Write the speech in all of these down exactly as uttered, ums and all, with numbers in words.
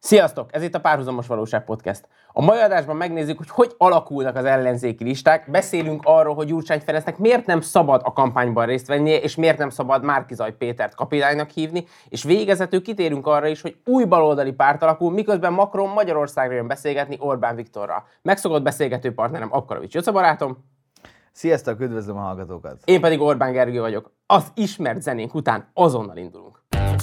Sziasztok! Ez itt a Párhuzamos Valóság Podcast. A mai adásban megnézzük, hogy hogy alakulnak az ellenzéki listák, beszélünk arról, hogy Gyurcsány Ferencnek miért nem szabad a kampányban részt vennie, és miért nem szabad Márki-Zay Pétert kapitánynak hívni, és végezetül kitérünk arra is, hogy új baloldali párt alakul, miközben Macron Magyarországra jön beszélgetni Orbán Viktorral. Megszokott beszélgető partnerem Apkarovics Jöcce barátom. Sziasztok, üdvözlöm a hallgatókat! Én pedig Orbán Gergő vagyok. Az ismert zenénk után azonnal indulunk.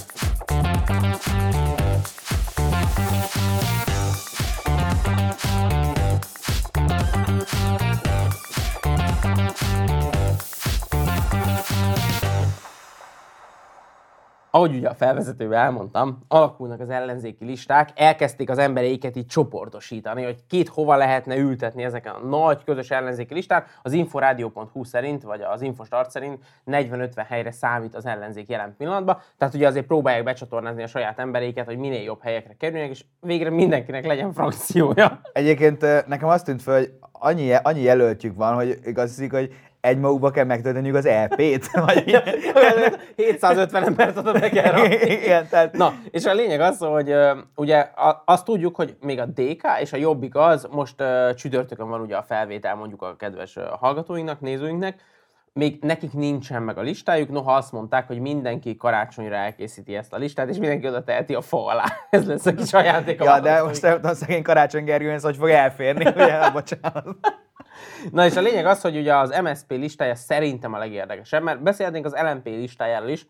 Ahogy ugye a felvezetőben elmondtam, alakulnak az ellenzéki listák, elkezdték az embereiket így csoportosítani, hogy két hova lehetne ültetni ezeken a nagy közös ellenzéki listán. Az inforádió pont hu szerint, vagy az Infostart szerint negyven-ötven helyre számít az ellenzék jelen pillanatban. Tehát ugye azért próbálják becsatornázni a saját embereiket, hogy minél jobb helyekre kerüljenek, és végre mindenkinek legyen frakciója. Egyébként nekem azt tűnt fel, hogy annyi, annyi jelöltjük van, hogy igaz, hogy egymagukba kell megtölteniük az é pét. Vagy hétszázötven embert oda be kell rakni. Igen, tehát... Na, és a lényeg az, hogy uh, ugye a, azt tudjuk, hogy még a dé ká és a Jobbik az, most uh, csütörtökön van ugye a felvétel mondjuk a kedves uh, hallgatóinknak, nézőinknek, még nekik nincsen meg a listájuk, noha azt mondták, hogy mindenki karácsonyra elkészíti ezt a listát, és mindenki oda teheti a fa alá. Ez lesz a kis ajándék. Ja, de most a szegény Karácsony Gergő, ez hogy fog elférni, ugye, bocsánat. Na és a lényeg az, hogy ugye az em es zé pé listája szerintem a legérdekesebb, mert beszélhetnénk az el em pé listájáról is,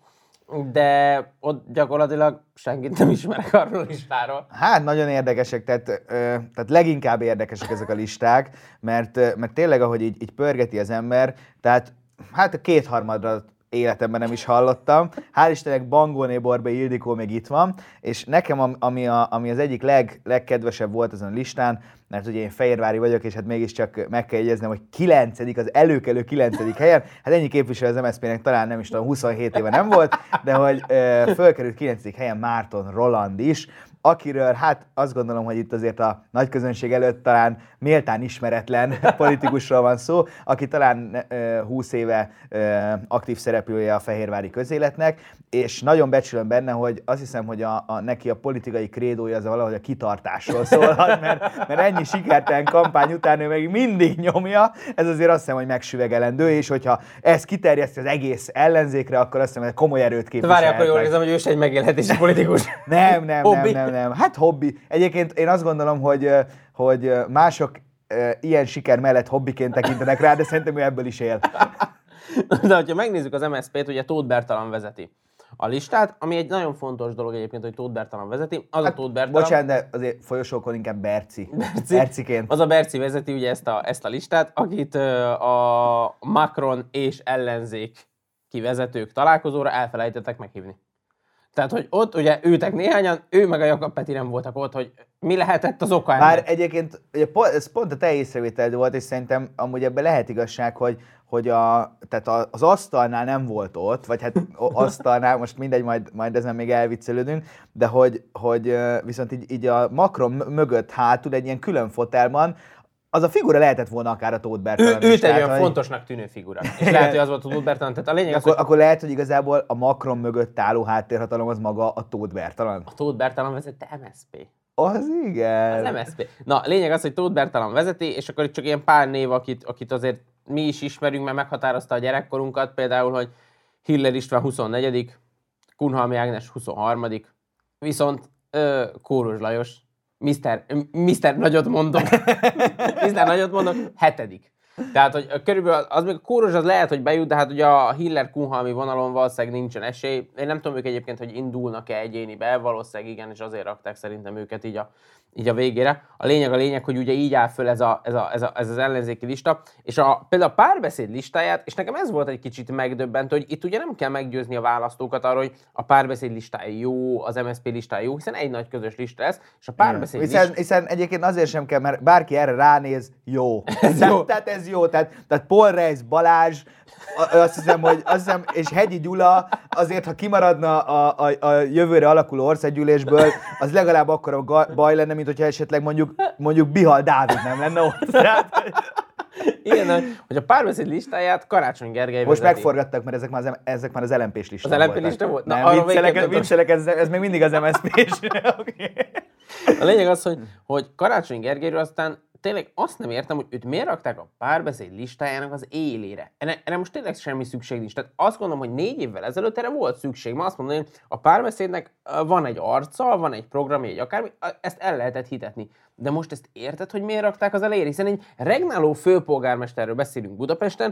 de ott gyakorlatilag senkit nem ismerek arról a listáról. Hát nagyon érdekesek, tehát, ö, tehát leginkább érdekesek ezek a listák, mert, mert tényleg ahogy így, így pörgeti az ember, tehát hát a kétharmadra életemben nem is hallottam. Hál' Istennek Bangóné Borbély Ildikó még itt van, és nekem ami, a, ami az egyik leg, legkedvesebb volt ezen a listán, mert ugye én fehérvári vagyok, és hát mégiscsak meg kell jegyeznem, hogy kilencedik, az előkelő kilencedik helyen, hát ennyi képviselő az em es zé pének talán nem is tudom, huszonhét éve nem volt, de hogy ö, fölkerült kilencedik helyen Márton Roland is, akiről hát azt gondolom, hogy itt azért a nagy közönség előtt talán méltán ismeretlen politikusról van szó, aki talán ö, húsz éve ö, aktív szereplője a fehérvári közéletnek, és nagyon becsülöm benne, hogy azt hiszem, hogy a, a, neki a politikai krédója az valahogy a kitartásról szólhat, mert, mert ennyi sikertelen kampány után ő még mindig nyomja, ez azért azt hiszem, hogy megsüvegelendő, és hogyha ez kiterjeszti az egész ellenzékre, akkor azt hiszem, hogy komoly erőt képviselhet. Várj, akkor jól érzem, hogy ő is egy megélhetési politikus. Nem, nem, nem, nem, nem. Hát hobbi. Egyébként én azt gondolom, hogy, hogy mások ilyen siker mellett hobbiként tekintenek rá, de szerintem ő ebből is él. De hogyha megnézzük az em es zé pét, ugye Tóth Bertalan vezeti a listát, ami egy nagyon fontos dolog egyébként, hogy Tóth Bertalan vezeti. Az hát, a Tóth Bertalan... Bocsánat, de azért folyosókon inkább Berci. Berci. Berciként. Az a Berci vezeti ugye ezt a, ezt a listát, akit a Macron és ellenzék kivezetők találkozóra elfelejtettek meghívni. Tehát, hogy ott ugye ültek néhányan, ő meg a Jakab Peti nem voltak ott, hogy mi lehetett az oka ennek. Már egyébként ugye, ez pont a te észrevételed volt, és szerintem amúgy ebben lehet igazság, hogy, hogy a, tehát az asztalnál nem volt ott, vagy hát asztalnál, most mindegy, majd, majd ezen még elviccelődünk, de hogy, hogy viszont így, így a Macron mögött hátul egy ilyen külön fotelban, az a figura lehetett volna akár a Tóth Bertalan ő, is. Ő egy olyan hogy... fontosnak tűnő figura. És lehet, hogy az volt a Tóth Bertalan. Tehát a lényeg az, akkor, hogy... akkor lehet, hogy igazából a Macron mögött álló háttérhatalom az maga a Tóth Bertalan. A Tóth Bertalan vezette em es zé pé. Az igen. Az em es zé pé. Na, lényeg az, hogy Tóth Bertalan vezeti, és akkor itt csak ilyen pár név, akit, akit azért mi is ismerünk, mert meghatározta a gyerekkorunkat. Például, hogy Hiller István huszonnegyedik, Kunhalmi Ágnes huszonharmadik, viszont ö, Kóros Lajos, Mister Mister Nagyot mondok, Mister Nagyot mondok, hetedik. Tehát, hogy körülbelül az még a Kóros az lehet, hogy bejut, de hát ugye a Hiller-Kunhalmi vonalon valószínűleg nincsen esély. Én nem tudom ők egyébként, hogy indulnak-e egyénibe, valószínűleg igen, és azért rakták szerintem őket így a, így a végére. A lényeg a lényeg, hogy ugye így áll föl ez, a, ez, a, ez, a, ez az ellenzéki lista, és a, például a Párbeszéd listáját, és nekem ez volt egy kicsit megdöbbentő, hogy itt ugye nem kell meggyőzni a választókat arra, hogy a Párbeszéd listája jó, az em es zé pé listája jó, hiszen egy nagy közös lista lesz, és a Párbeszéd hiszen, lista... hiszen egyébként azért sem kell, mert bárki erre ránéz, jó. ez tehát, jó. tehát ez jó, tehát, tehát Paul Reis, Balázs, azt hiszem, hogy azt hiszem, és Hegyi Gyula azért, ha kimaradna a, a, a jövőre alakuló országgyűlésből, az legalább akkor a baj lenne, mint hogyha esetleg mondjuk, mondjuk Bihal Dávid nem lenne ott. Igen, hogy a Párbeszéd listáját Karácsony Gergely Most vezeti. megforgattak, mert ezek már az, ezek már az el em pés listán Az el em pé voltak. lista volt? Na, nem, arra viccelek, végképp viccelek ez, ez még mindig az em es zé pés. Okay. A lényeg az, hogy, hogy Karácsony Gergelyről aztán tényleg azt nem értem, hogy őt miért rakták a Párbeszéd listájának az élére. Erre, erre most tényleg semmi szükség nincs. Tehát azt gondolom, hogy négy évvel ezelőtt erre volt szükség. Ma azt mondom, hogy a Párbeszédnek van egy arca, van egy programja, egy akármi, ezt el lehetett hitetni. De most ezt érted, hogy miért rakták az elejére? Hiszen egy regnáló főpolgármesterről beszélünk Budapesten,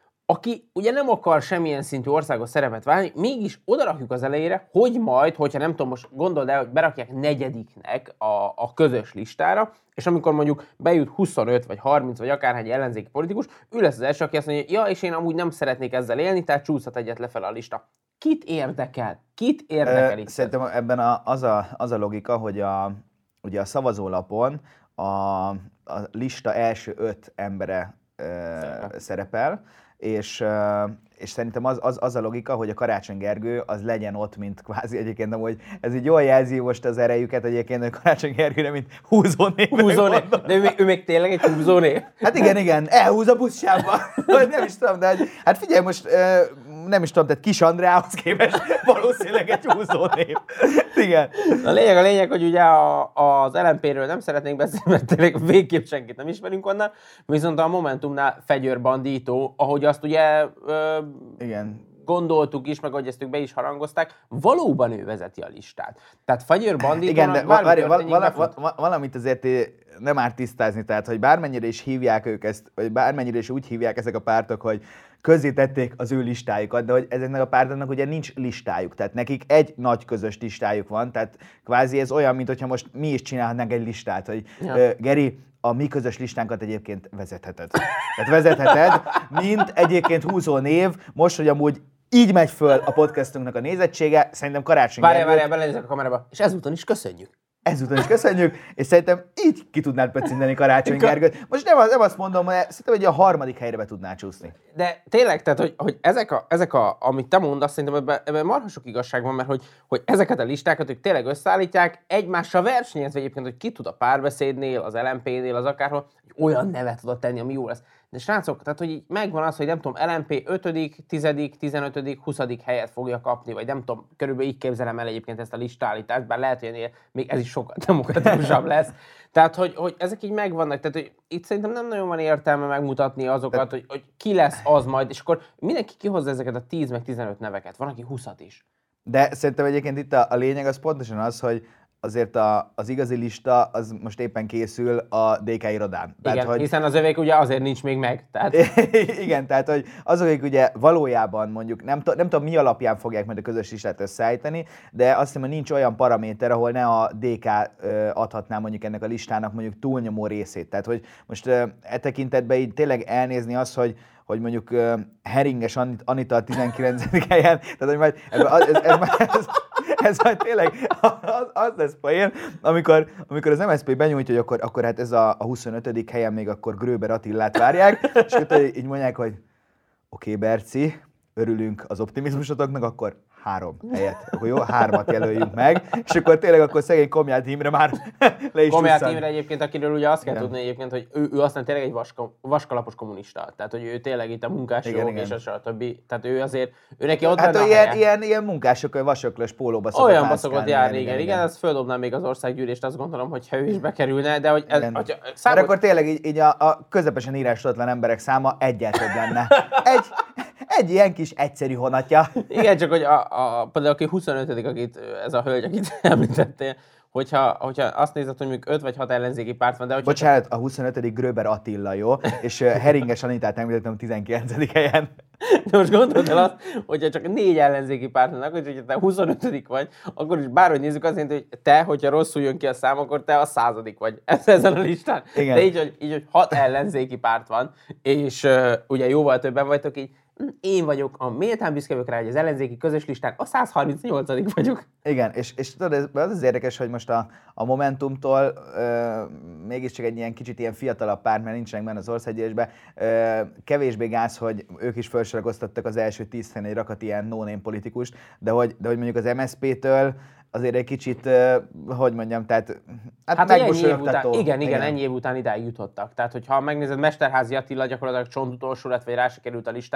aki ugye nem akar semmilyen szintű országos szerepet válni, mégis odarakjuk az elejére, hogy majd, hogyha nem tudom, most gondold el, hogy berakják negyediknek a, a közös listára, és amikor mondjuk bejut huszonöt vagy harminc vagy akárhány ellenzéki politikus, ő lesz az első, aki azt mondja, ja, és én amúgy nem szeretnék ezzel élni, tehát csúszhat egyet lefelé a lista. Kit érdekel? Kit érdekel itt? Szerintem ebben a, az, a, az a logika, hogy a, ugye a szavazólapon a, a lista első öt embere ö, szerepel. szerepel, és, és szerintem az, az, az a logika, hogy a Karácsony Gergő az legyen ott, mint kvázi egyébként, amúgy ez így jól jelzi most az erejüket egyébként, hogy Karácsony Gergőre, mint húzónév. Húzónév, de ő, ő még tényleg egy húzónév? Hát igen, igen, elhúz a buszsába. Nem is tudom, de hát figyelj, most nem is tudom, tehát Kis Andrához képest valószínűleg egy húzónév. Igen. A lényeg a lényeg, hogy ugye a, az el em pé-ről nem szeretnénk beszélni, mert tényleg végképp senkit nem ismerünk onnan, viszont a Momentumnál Fegyőr Bandító, ahogy azt ugye ö, igen. gondoltuk is, meg ahogy ezt ők be is harangozták, valóban ő vezeti a listát. Tehát Fegyőr Bandítónak igen, de val- val- val- val- val- val- valamit azért nem árt tisztázni, tehát hogy bármennyire is hívják ők ezt, vagy bármennyire is úgy hívják ezek a pártok, hogy közzétették az ő listájukat, de hogy ezeknek a pártoknak ugye nincs listájuk, tehát nekik egy nagy közös listájuk van, tehát kvázi ez olyan, mint hogyha most mi is csinálhatnánk egy listát, hogy ja. uh, Geri, a mi közös listánkat egyébként vezetheted. Tehát vezetheted, mint egyébként húzó név, most, hogy amúgy így megy föl a podcastunknak a nézettsége, szerintem Karácsony Gergőt... Várjál, várjál, belenézek a kamerába, és ezúton is köszönjük. Ezúton is köszönjük, és szerintem így ki tudnád pöccinteni Karácsony Gergőt. Most nem, nem azt mondom, hogy szerintem hogy a harmadik helyre be tudná csúszni. De tényleg, tehát, hogy, hogy ezek, a, ezek a, amit te mondasz, szerintem ebben, ebben marha sok igazság van, mert hogy, hogy ezeket a listákat ők tényleg összeállítják, egymással versenyezve egyébként, hogy ki tud a Párbeszédnél, az el em pé-nél, az akárhol, hogy olyan nevet tudod tenni, ami jó lesz. De srácok, tehát hogy így megvan az, hogy nem tudom, el em pé ötödik, tizedik, tizenötödik, huszadik helyet fogja kapni, vagy nem tudom, körülbelül így képzelem el egyébként ezt a listállítást, bár lehet, hogy még ez is sokkal demokratikusabb lesz. Tehát, hogy, hogy ezek így megvannak, tehát hogy itt szerintem nem nagyon van értelme megmutatni azokat, hogy, hogy ki lesz az majd, és akkor mindenki kihozza ezeket a tíz meg tizenöt neveket, van, aki huszat is. De szerintem egyébként itt a, a lényeg az pontosan az, hogy azért a, az igazi lista az most éppen készül a dé ká irodán. Tehát, igen, hogy... hiszen az övék ugye azért nincs még meg. Tehát... igen, tehát hogy azok, akik ugye valójában mondjuk, nem, nem tudom mi alapján fogják majd a közös listát összeállítani, de azt hiszem, hogy nincs olyan paraméter, ahol ne a dé ká adhatná mondjuk ennek a listának mondjuk túlnyomó részét. Tehát hogy most e tekintetben így tényleg elnézni azt, hogy hogy mondjuk uh, Heringes Anita a tizenkilencedik helyen, tehát hogy majd ez, ez, ez, ez, ez majd tényleg az, az lesz poén, amikor, amikor az em es zé pé benyújtja, hogy akkor, akkor hát ez a, a huszonötödik helyen még akkor Gröber Attillát várják, és akkor így mondják, hogy oké, okay, Berci, örülünk az optimizmusotoknak, akkor három helyet. Akkor jó, hármat jelöljünk meg, és akkor tényleg akkor szegény Komját Imre már le is Komját csúszan. Imre egyébként, akiről ugye azt kell igen. tudni egyébként, hogy ő, ő aztán tényleg egy vaska, vaskalapos kommunista. Tehát, hogy ő tényleg itt a munkásjog és a stb. Tehát ő azért, ő neki ott hát lenne ilyen, a ilyen, ilyen munkások, vasöklös pólóba szokott olyan mászkálni, szokott járni, igen, igen, igen, igen, ez földobná még az országgyűlést, azt gondolom, hogy ha ő is bekerülne, de hogy... Ez, hogy hogy számol... számol... akkor tényleg így, így a, a közepesen írástudatlan emberek száma egyel több lenne. Egy, egy ilyen kis egyszerű honatja. Igen, csak hogy a, a, például aki huszonötödik, akit ez a hölgy, akit említettél, hogyha, hogyha azt nézed, hogy mondjuk öt vagy hat ellenzéki párt van, de hogyha... Bocsánat, csak... a huszonötödik Gröber Attila, jó? És uh, Heringes Anitát említettem a tizenkilencedik helyen. De most gondold el azt, hogyha csak négy ellenzéki párt vannak, hogyha te huszonötödik vagy, akkor is bárhogy nézzük azt jelenti, hogy te, hogyha rosszul jön ki a szám, akkor te a századik vagy ezen a listán. Igen. De így hogy, így, hogy hat ellenzéki párt van, és uh, ugye jóval többen vagytok, így én vagyok a méltán büszke vagyok rá, hogy az ellenzéki közös listán a százharmincnyolcadik vagyok. Igen, és, és tudod, az az érdekes, hogy most a, a Momentumtól ö, mégiscsak egy ilyen kicsit ilyen fiatalabb párt, mert nincsenek benne az országgyűlésben, ö, kevésbé gáz, hogy ők is felsorakoztattak az első tíz helyen egy rakat ilyen no-name politikust, de hogy, de hogy mondjuk az em es zé pé-től azért egy kicsit, uh, hogy mondjam, tehát hát, hát megmosolyogtató. Igen, igen, igen, ennyi év után idáig jutottak. Tehát, hogyha megnézed, Mesterházy Attila gyakorlatilag csontutolsó lett, vagy rá se került a listára, és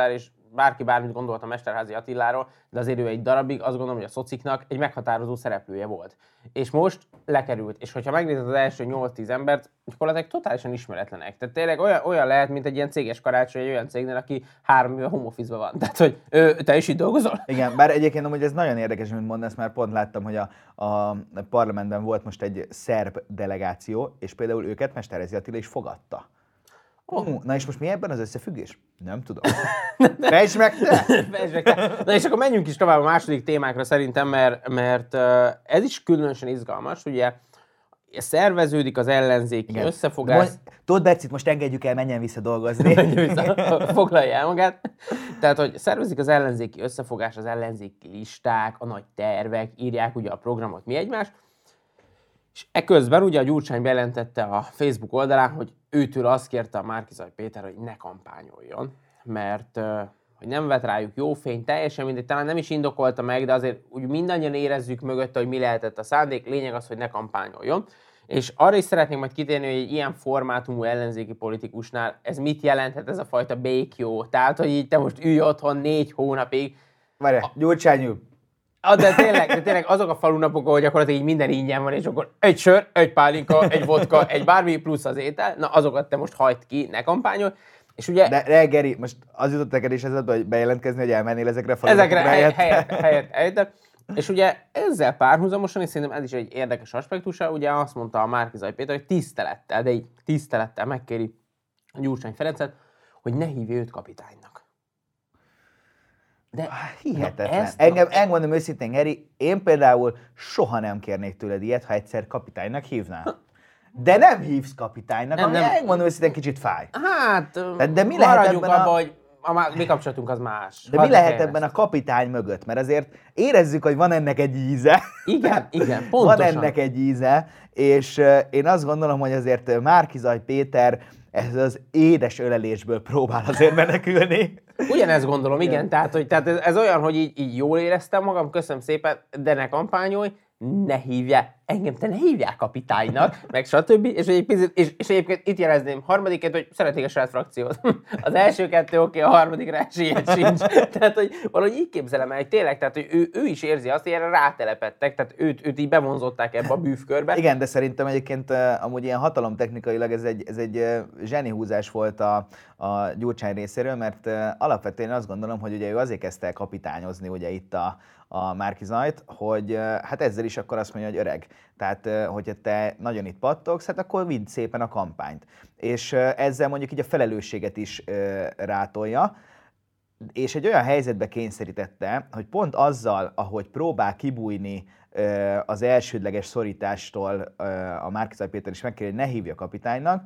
bárki bármit gondolt a Mesterházy Attiláról, de azért ő egy darabig azt gondolom, hogy a szociknak egy meghatározó szereplője volt. És most lekerült. És hogyha megnézed az első nyolc-tíz embert, gyakorlatilag totálisan ismeretlenek. Tehát tényleg olyan, olyan lehet, mint egy ilyen céges karácsony, egy olyan cégnél, aki három éve home office-ban van. Tehát, hogy ő, te is itt dolgozol? Igen, bár egyébként amúgy ez nagyon érdekes, mint mondasz, mert pont láttam, hogy a, a parlamentben volt most egy szerb delegáció, és például őket Mesterházy Attila is fogadta. Oh. Na és most mi ebben az összefüggés? Nem tudom. Fejtsd meg te! Fejtsd meg te! Na és akkor menjünk is tovább a második témákra szerintem, mert, mert ez is különösen izgalmas, ugye szerveződik az ellenzéki Igen. összefogás. Most, Tóth Bercit most engedjük el, menjen vissza dolgozni. Menjen vissza, foglalja el magát. Tehát, hogy szervezik az ellenzéki összefogás, az ellenzéki listák, a nagy tervek, írják ugye a programot mi egymást, és eközben ugye a Gyurcsány bejelentette a Facebook oldalán, hogy őtől azt kérte a Márki-Zay Péter, hogy ne kampányoljon, mert hogy nem vett rájuk jó fény, teljesen mindegy, talán nem is indokolta meg, de azért úgy mindannyian érezzük mögötte, hogy mi lehetett a szándék, lényeg az, hogy ne kampányoljon. És arra is szeretném majd kitérni, hogy egy ilyen formátumú ellenzéki politikusnál ez mit jelenthet, ez a fajta békjó, tehát, hogy így te most ülj otthon négy hónapig. Várj, Gyurcsány ül. Ah, de tényleg, de tényleg azok a falunapok, ahol gyakorlatilag így minden ingyen van, és akkor egy sör, egy pálinka, egy vodka, egy bármi plusz az étel, na azokat te most hagyd ki, ne kampányolj. És ugye... De, de Geri, most az jutott neked is eszedbe, hogy bejelentkezni, hogy elmennél ezekre a falunapokra. Ezekre helyett, helyett, helyett, helyett. És ugye ezzel párhuzamosan, és szerintem ez is egy érdekes aspektusa, ugye azt mondta a Márki-Zay Péter, hogy tisztelettel, de így tisztelettel megkéri a Gyurcsány Ferencet, hogy ne hívja őt kapitánynak. De hihetetlen. Engem, engem mondom őszintén, Geri, én például soha nem kérnék tőled ilyet, ha egyszer kapitánynak hívnál. De nem hívsz kapitánynak, nem, ami nem. Megmondom őszintén kicsit fáj. Hát, de, de mi lehet ebben abba, a... hogy a mi kapcsolatunk az más. De mi lehet ebben a kapitány mögött? Mert azért érezzük, hogy van ennek egy íze. Igen, igen, pontosan. Van ennek egy íze, és én azt gondolom, hogy azért Márki-Zay Péter ez az édes ölelésből próbál azért menekülni. Ugyanezt gondolom, igen. igen. Tehát, hogy, tehát ez, ez olyan, hogy így, így jól éreztem magam, köszönöm szépen, de ne kampányolj, ne hívjál, engem te ne hívjál kapitánynak, meg stb. És, egy, és, és egyébként itt jelezném harmadiket, hogy szeretnék a saját frakciót. Az első kettő oké, okay, a harmadikra esélyed sincs. Tehát, hogy valahogy így képzelem el, hogy tényleg, tehát, hogy ő, ő is érzi azt, hogy erre rátelepettek, tehát őt, őt így bevonzották ebbe a bűvkörbe. Igen, de szerintem egyébként amúgy ilyen hatalomtechnikailag ez egy, ez egy zsenihúzás volt a, a Gyurcsány részéről, mert alapvetően azt gondolom, hogy ugye ő azért kezdte el kapitányozni ugye itt a a Márki-Zayt, hogy hát ezzel is akkor azt mondja, hogy öreg. Tehát, hogyha te nagyon itt pattogsz, hát akkor vidd szépen a kampányt. És ezzel mondjuk így a felelősséget is rátolja, és egy olyan helyzetbe kényszerítette, hogy pont azzal, ahogy próbál kibújni az elsődleges szorítástól a Márki-Zay Péter is megkérdezi, hogy ne hívja kapitánynak,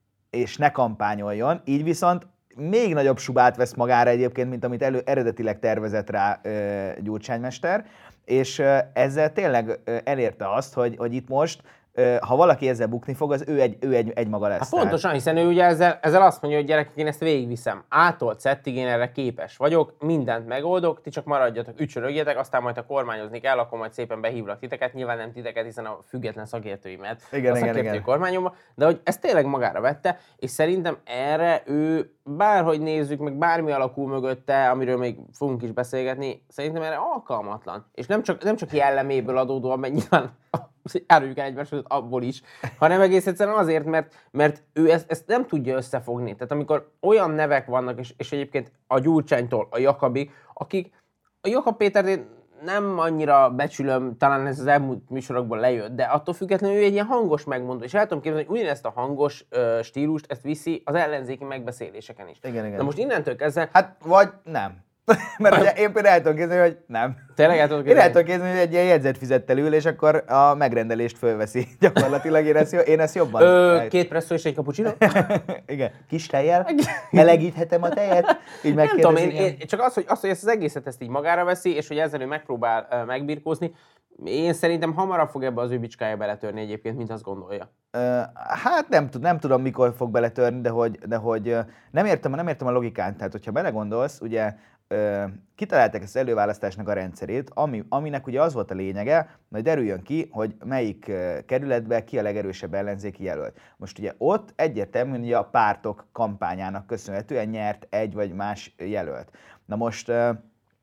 és ne kampányoljon, így viszont még nagyobb subát vesz magára egyébként, mint amit elő, eredetileg tervezett rá ö, Gyurcsány mester, és ö, ezzel tényleg ö, elérte azt, hogy, hogy itt most, ö, ha valaki ezzel bukni fog, az ő egy, ő egy, egy maga lesz. Hát pontosan, hiszen ő ugye ezzel, ezzel azt mondja, hogy gyerekek, én ezt végigviszem. Ától cettig én erre képes vagyok, mindent megoldok, ti csak maradjatok, ücsörögjetek, aztán majd ha kormányozni kell, akkor majd szépen behívlak titeket, nyilván nem titeket, hiszen a független szakértőimet, igen, a szakértői igen, kormányomba, de hogy ezt tényleg magára vette, és szerintem erre ő, bárhogy nézzük, meg bármi alakul mögötte, amiről még fogunk is beszélgetni, szerintem erre alkalmatlan. És nem csak, nem csak jelleméből adódóan, mert nyilván áruljuk el egymáshoz abból is, hanem egész egyszerűen azért, mert, mert ő ezt, ezt nem tudja összefogni. Tehát amikor olyan nevek vannak, és, és egyébként a Gyurcsánytól a Jakabig, akik a Jakab Pétert nem annyira becsülöm, talán ez az elmúlt műsorokból lejött, de attól függetlenül ő egy ilyen hangos megmondó, és el tudom képzelni, hogy ugyanezt a hangos uh, stílust, ezt viszi az ellenzéki megbeszéléseken is. Igen, igen. Na most innentől kezdve... Hát, vagy nem. Mert ugye én például el tudom képzelni, hogy nem. Tényleg el tudom képzelni? Én el tudom képzelni, hogy egy ilyen jegyzetfizettel ül, és akkor a megrendelést fölveszi. Gyakorlatilag én ezt, én ezt jobban... Ö, két presszó és egy cappuccino? Igen. Kis tejjel? Melegíthetem a tejet? Így nem tudom, én, én, csak az hogy, az, hogy ezt az egészet ezt így magára veszi, és hogy ezzel ő megpróbál uh, megbirkózni, én szerintem hamarabb fog ebbe az ő bicskája beletörni egyébként, mint azt gondolja. Uh, hát nem, nem tudom, mikor fog beletörni, de hogy, de hogy uh, nem, értem, nem értem a logikát. Tehát, hogyha belegondolsz, ugye uh, kitalálták ezt az előválasztásnak a rendszerét, ami, aminek ugye az volt a lényege, hogy derüljön ki, hogy melyik uh, kerületben ki a legerősebb ellenzéki jelölt. Most ugye ott egyértelműen ugye a pártok kampányának köszönhetően nyert egy vagy más jelölt. Na most ö,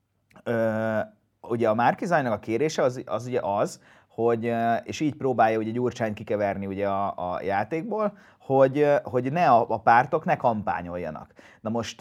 ö, ugye a Márki-Zaynak a kérése az, az ugye az, hogy, és így próbálja ugye Gyurcsányt kikeverni ugye a, a játékból, hogy, hogy ne a, a pártok ne kampányoljanak. Na most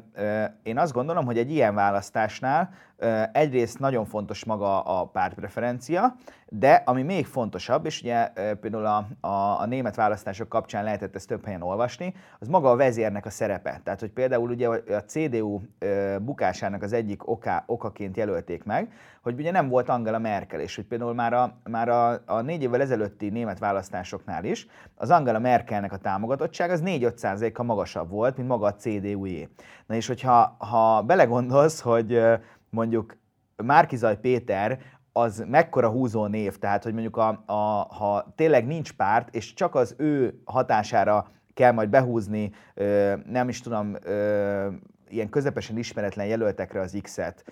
én azt gondolom, hogy egy ilyen választásnál egyrészt nagyon fontos maga a pártpreferencia, de ami még fontosabb, és ugye például a, a, a német választások kapcsán lehetett ezt több helyen olvasni, az maga a vezérnek a szerepe. Tehát, hogy például ugye a cé dé u bukásának az egyik oka, okaként jelölték meg, hogy ugye nem volt Angela Merkel, és hogy például már a, már a, a négy évvel ezelőtti német választásoknál is az Angela Merkelnek a támogatottság az négy-öt százalékkal magasabb volt, mint maga a cé dé u-jé. Na és hogyha ha belegondolsz, hogy mondjuk Márki-Zay Péter az mekkora húzó név, tehát hogy mondjuk a, a, ha tényleg nincs párt, és csak az ő hatására kell majd behúzni, nem is tudom, ilyen közepesen ismeretlen jelöltekre az X-et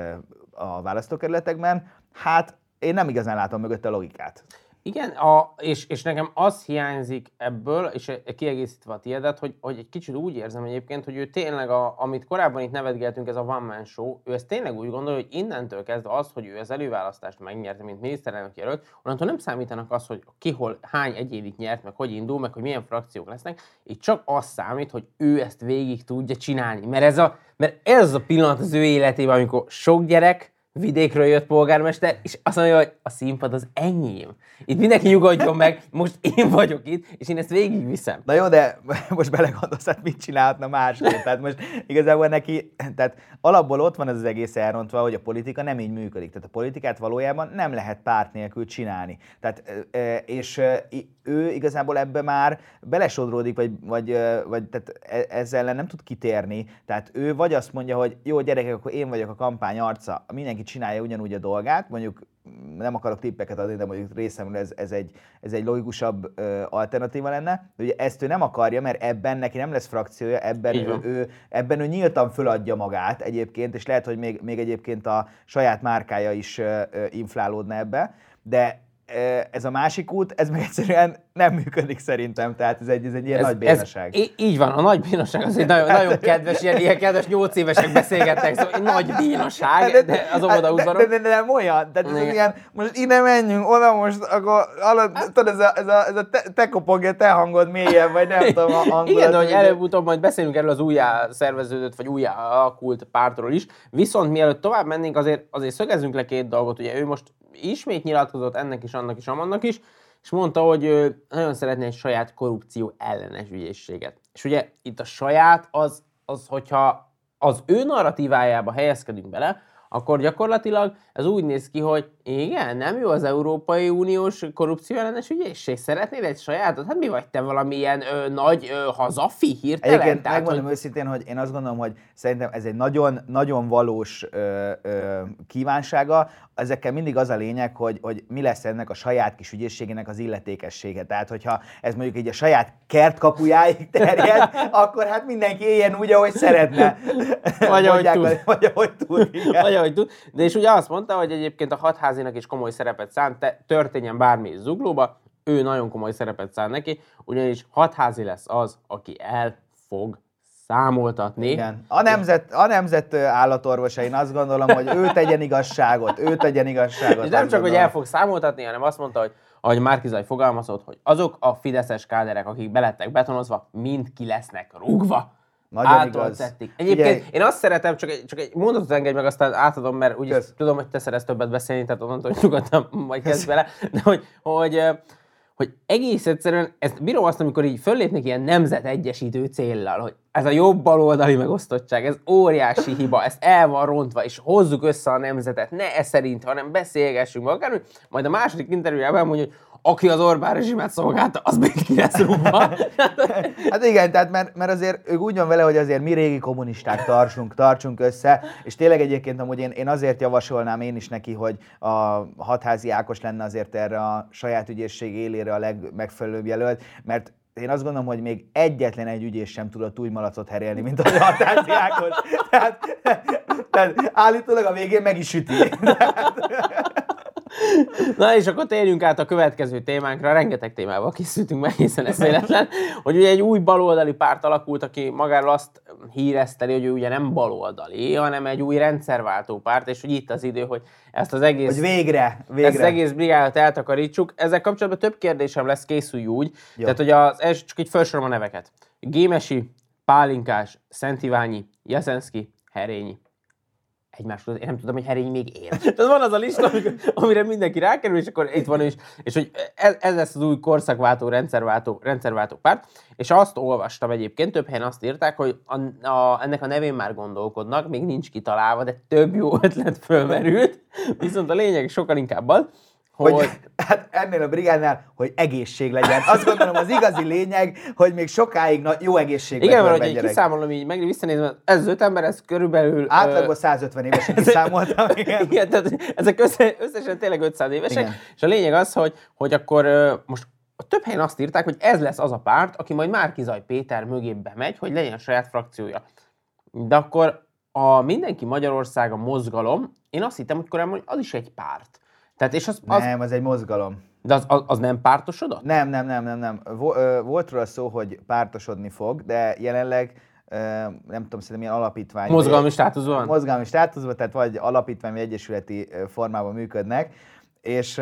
a választókerületekben, hát én nem igazán látom mögötte a logikát. Igen, a, és, és nekem az hiányzik ebből, és kiegészítve a tiédet, hogy, hogy egy kicsit úgy érzem egyébként, hogy ő tényleg, a, amit korábban itt nevetgeltünk, ez a one man show, ő ezt tényleg úgy gondolja, hogy innentől kezdve az, hogy ő az előválasztást megnyerte, mint miniszterelnök jelölt, onnantól nem számítanak az, hogy ki hol, hány egyénit nyert, meg hogy indul, meg hogy milyen frakciók lesznek, így csak az számít, hogy ő ezt végig tudja csinálni. Mert ez a, mert ez a pillanat az ő életében, amikor sok gyerek, vidékről jött polgármester, és azt mondja, hogy a színpad az enyém. Itt mindenki nyugodjon meg, most én vagyok itt, és én ezt végigviszem. Na jó, de most belegondolsz, hát mit csinálhatna másképp? Tehát most igazából neki, tehát alapból ott van ez az egész elrontva, hogy a politika nem így működik. Tehát a politikát valójában nem lehet párt nélkül csinálni. Tehát, és ő igazából ebbe már belesodródik, vagy, vagy, vagy tehát ezzel ellen nem tud kitérni. Tehát ő vagy azt mondja, hogy jó gyerekek, akkor én vagyok a kampány arca, mindenki csinálja ugyanúgy a dolgát, mondjuk nem akarok tippeket adni, de mondjuk részemről ez, ez, egy, ez egy logikusabb ö, alternatíva lenne. De ugye ezt ő nem akarja, mert ebben neki nem lesz frakciója, ebben, ő, ő, ebben ő nyíltan föladja magát egyébként, és lehet, hogy még, még egyébként a saját márkája is ö, ö, inflálódna ebbe, de ez a másik út, ez meg egyszerűen nem működik szerintem, tehát ez egy, ez egy ilyen ez, nagy bénaság. Ez, így van, a nagy bénaság az egy nagyon, nagyon kedves, ilyen, ilyen kedves nyolc évesek beszélgetnek, szóval egy nagy bénaság, de, de az óvodaudvarok. De, de, de, de nem olyan, tehát ez ilyen, most ide menjünk, oda most, akkor alatt, tudod, ez a, ez a, ez a te, te kopogja, te hangod mélyen, vagy nem tudom, a hangodat. Igen, de hogy előbb-utóbb majd beszélünk erről az újjá szerveződött, vagy újjá alakult pártról is, viszont mielőtt tovább mennénk, azért, azért szögezzünk le két dolgot, ugye ő most ismét nyilatkozott ennek is, annak is, amannak is, és mondta, hogy ő nagyon szeretné egy saját korrupció ellenes ügyészséget. És ugye itt a saját az, az hogyha az ő narratívájába helyezkedünk bele, akkor gyakorlatilag ez úgy néz ki, hogy igen, nem jó az Európai Uniós korrupció ellenes ügyészség. Szeretnéd egy sajátot? Hát mi vagy te, valamilyen ö, nagy ö, hazafi hirtelen? Egyébként megmondom hogy... őszintén, hogy én azt gondolom, hogy szerintem ez egy nagyon, nagyon valós ö, ö, kívánsága. Ezekkel mindig az a lényeg, hogy, hogy mi lesz ennek a saját kis ügyészségének az illetékessége. Tehát, hogyha ez mondjuk így a saját kertkapujáig terjed, akkor hát mindenki éljen úgy, ahogy szeretne. Vagy ahogy tud. Vagy ahogy tud, igen. Vagy ahogy tud. De és ugye azt mondta, hogy egyébként a hatházinak is komoly szerepet szánt, te, történjen bármi is Zuglóba, ő nagyon komoly szerepet szán neki, ugyanis hatházi lesz az, aki el fog számoltatni. Igen. A nemzet, a nemzet állatorvosa, én azt gondolom, hogy ő tegyen igazságot, ő tegyen igazságot. És nem csak, gondolom. hogy el fog számoltatni, hanem azt mondta, hogy ahogy Márki-Zay fogalmazott, hogy azok a fideszes káderek, akik belettek betonozva, mind ki lesznek rúgva. Nagyon igaz. Egyébként Figyelj. Én azt szeretem, csak egy, csak egy mondatot engedj meg, aztán átadom, mert úgy tudom, hogy te szeretsz többet beszélni, tehát onnantól, hogy nyugodtan majd kezd vele, de hogy, hogy, hogy egész egyszerűen, ezt bírom azt, amikor így föllépnek ilyen nemzetegyesítő céllal, hogy ez a jobb baloldali megosztottság, ez óriási hiba, ez el van rontva, és hozzuk össze a nemzetet, ne ez szerint, hanem beszélgessünk meg, akár, majd a második interjújában mondja, hogy aki az Orbán rezsimet szolgálta, az még ki lesz rúgva. Hát igen, tehát mert, mert azért ők úgy van vele, hogy azért mi régi kommunisták tartsunk, tartsunk össze, és tényleg egyébként amúgy én, én azért javasolnám én is neki, hogy a Hatházi Ákos lenne azért erre a saját ügyészség élére a legmegfelelőbb jelölt, mert én azt gondolom, hogy még egyetlen egy ügyész sem tudott úgy malacot herélni, mint a Hatházi Ákos. Tehát, tehát állítólag a végén meg is üti. Na és akkor térjünk át a következő témánkra, rengeteg témával készültünk meg, hiszen ez véletlen, hogy ugye egy új baloldali párt alakult, aki magáról azt híreszteli, hogy ő ugye nem baloldali, hanem egy új rendszerváltó párt, és hogy itt az idő, hogy ezt az egész, hogy végre, végre. Ezt az egész brigádot eltakarítsuk. Ezzel kapcsolatban több kérdésem lesz, készülj úgy. Jó. Tehát, hogy az első, csak így felsorom a neveket. Gémesi, Pálinkás, Szent Iványi, Jeszenszky, Herényi. Egymás között, én nem tudom, hogy Herényi még él. Tehát van az a lista, amire mindenki rákerül, és akkor itt van is, és hogy ez, ez lesz az új korszakváltó, rendszerváltó, rendszerváltó párt, és azt olvastam egyébként, több helyen azt írták, hogy a, a, ennek a nevén már gondolkodnak, még nincs kitalálva, de több jó ötlet fölmerült, viszont a lényeg sokkal inkább az, Hogy, hogy hát ennél a brigádnál, hogy egészség legyen. Azt gondolom az igazi lényeg, hogy még sokáig na, jó egészségben. Igen, mert hogy kiszámolom így, meg visszanézem, ez öt ember, ez körülbelül... Átlagban százötven évesen kiszámoltam. Igen, igen, tehát ezek össze, összesen tényleg ötszáz évesek. Igen. És a lényeg az, hogy, hogy akkor most több helyen azt írták, hogy ez lesz az a párt, aki majd Márki-Zay Péter mögé bemegy, hogy legyen a saját frakciója. De akkor a Mindenki Magyarország a mozgalom, én azt hittem, hogy korábban, hogy az is egy párt. Tehát és az, az... Nem, az egy mozgalom. De az, az, az nem pártosodott? Nem, nem, nem, nem, nem. Volt róla szó, hogy pártosodni fog, de jelenleg nem tudom, szerintem ilyen alapítvány. Mozgalmi státuszban van? Mozgalmi státuszban, tehát vagy alapítvány, vagy egyesületi formában működnek. És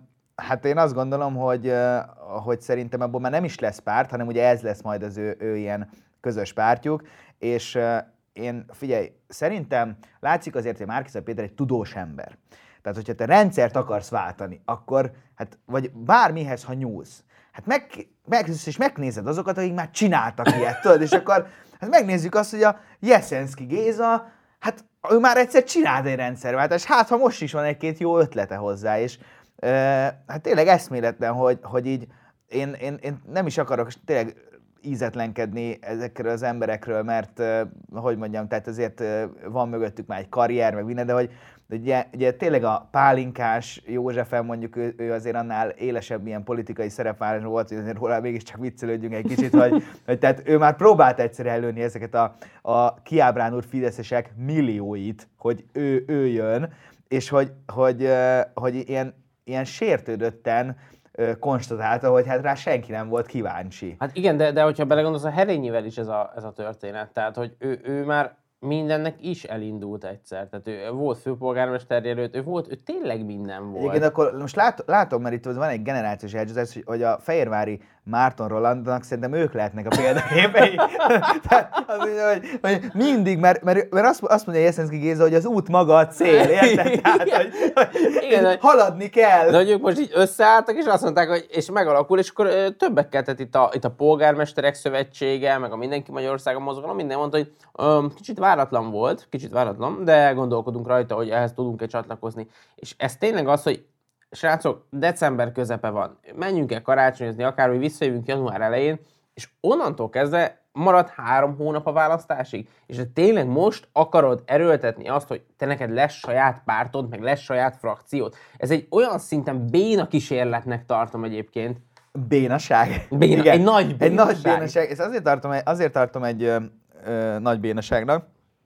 hát én azt gondolom, hogy, hogy szerintem abból már nem is lesz párt, hanem ugye ez lesz majd az ő, ő ilyen közös pártjuk. És én, figyelj, szerintem látszik azért, hogy Márki-Zay Péter egy tudós ember. Tehát, hogyha te rendszert akarsz váltani, akkor, hát, vagy bármihez, ha nyúlsz, hát meg, meg, és megnézed azokat, akik már csináltak ilyet, tudod, és akkor hát megnézzük azt, hogy a Jeszenszky Géza, hát ő már egyszer csinált egy rendszerváltást, hát ha most is van egy-két jó ötlete hozzá, és e, hát tényleg eszméletlen, hogy, hogy így én, én, én nem is akarok tényleg ízetlenkedni ezekről az emberekről, mert, hogy mondjam, tehát azért van mögöttük már egy karrier, meg minden, de hogy de ugye, ugye tényleg a Pálinkás Józsefen mondjuk ő, ő azért annál élesebb ilyen politikai szerepvállalás volt, hogy azért róla mégiscsak viccelődjünk egy kicsit, hogy, hogy tehát ő már próbált egyszer előni ezeket a, a kiábránult fideszesek millióit, hogy ő, ő jön, és hogy, hogy, hogy ilyen, ilyen sértődötten konstatálta, hogy hát rá senki nem volt kíváncsi. Hát igen, de, de hogyha belegondolsz, a Herényivel is ez a, ez a történet, tehát hogy ő, ő már mindennek is elindult egyszer. Tehát ő volt főpolgármester jelölt, ő volt, ő tényleg minden volt. Igen, akkor most lát, látom, mert itt van egy generációs elcsúszás, hogy, hogy a fehérvári Márton Rolandnak szerintem ők lehetnek a példaképei. Tehát az, hogy, hogy mindig, mert, mert, mert azt, azt mondja Jeszenszky Géza, hogy az út maga a cél, érted? Tehát, hogy, hogy igen, haladni kell. De hogy ők most így összeálltak, és azt mondták, hogy és megalakul, és akkor ö, többekkel, tehát itt a, itt a Polgármesterek Szövetsége, meg a Mindenki Magyarországon mozgalom, minden mondta, hogy ö, kicsit váratlan volt, kicsit váratlan, de gondolkodunk rajta, hogy ehhez tudunk-e csatlakozni. És ez tényleg az, hogy srácok, december közepe van, menjünk el karácsonyozni, akár, hogy visszajövünk január elején, és onnantól kezdve marad három hónap a választásig. És te tényleg most akarod erőltetni azt, hogy te neked lesz saját pártod, meg lesz saját frakciód. Ez egy olyan szinten béna kísérletnek tartom egyébként. Bénaság. Béna, igen. Egy nagy bénaság. Egy nagy bénaság. Ezt azért tartom, azért tartom egy ö, ö, nagy bénaságnak,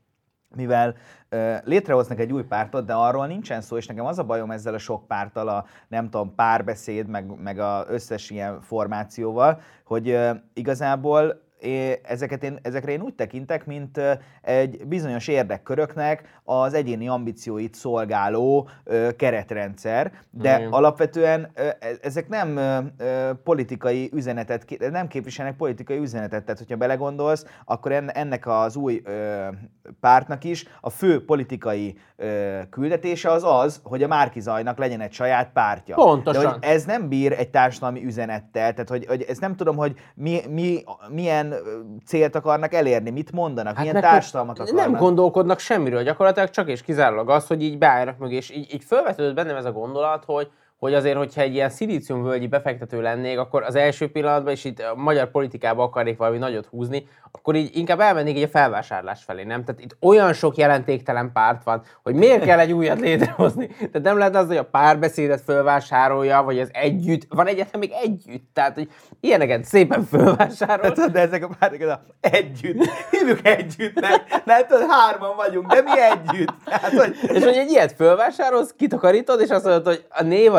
mivel ö, létrehoznak egy új pártot, de arról nincsen szó, és nekem az a bajom ezzel a sok párttal, a nem tudom, Párbeszéd, meg, meg az összes ilyen formációval, hogy ö, igazából é, ezeket én, ezekre én úgy tekintek, mint ö, egy bizonyos érdekköröknek az egyéni ambícióit szolgáló ö, keretrendszer, de mm. alapvetően ö, ezek nem ö, ö, politikai üzenetet, nem képviselnek politikai üzenetet, tehát hogyha belegondolsz, akkor ennek az új ö, pártnak is a fő politikai ö, küldetése az az, hogy a Márki-Zaynak legyen egy saját pártja. Pontosan. De hogy ez nem bír egy társadalmi üzenettel, tehát hogy, hogy ez nem tudom, hogy mi, mi, milyen célt akarnak elérni, mit mondanak, hát milyen társadalmat akarnak. Nem gondolkodnak semmiről, gyakorlatilag csak és kizárólag az, hogy így beállnak mögé, és így, így felvetődött bennem ez a gondolat, hogy hogy azért, hogyha egy ilyen szilíciumvölgyi befektető lennék, akkor az első pillanatban, és itt a magyar politikába akarnék valami nagyot húzni, akkor így inkább elmennék így a felvásárlás felé, nem? Tehát itt olyan sok jelentéktelen párt van, hogy miért kell egy újat létrehozni. Tehát nem lehet az, hogy a Párbeszédet fölvásárolja, vagy az Együtt, van egyáltalán még Együtt, tehát hogy ilyeneket szépen fölvásárol. Hát, de ezek a pártok, az a Együtt, hívjuk Együttnek, mert tudod, hárman vagyunk, de mi együtt. Hát, hogy... És hogy egy ilyet fölvásárolsz, kitakarítod, és azt mondod, hogy a név az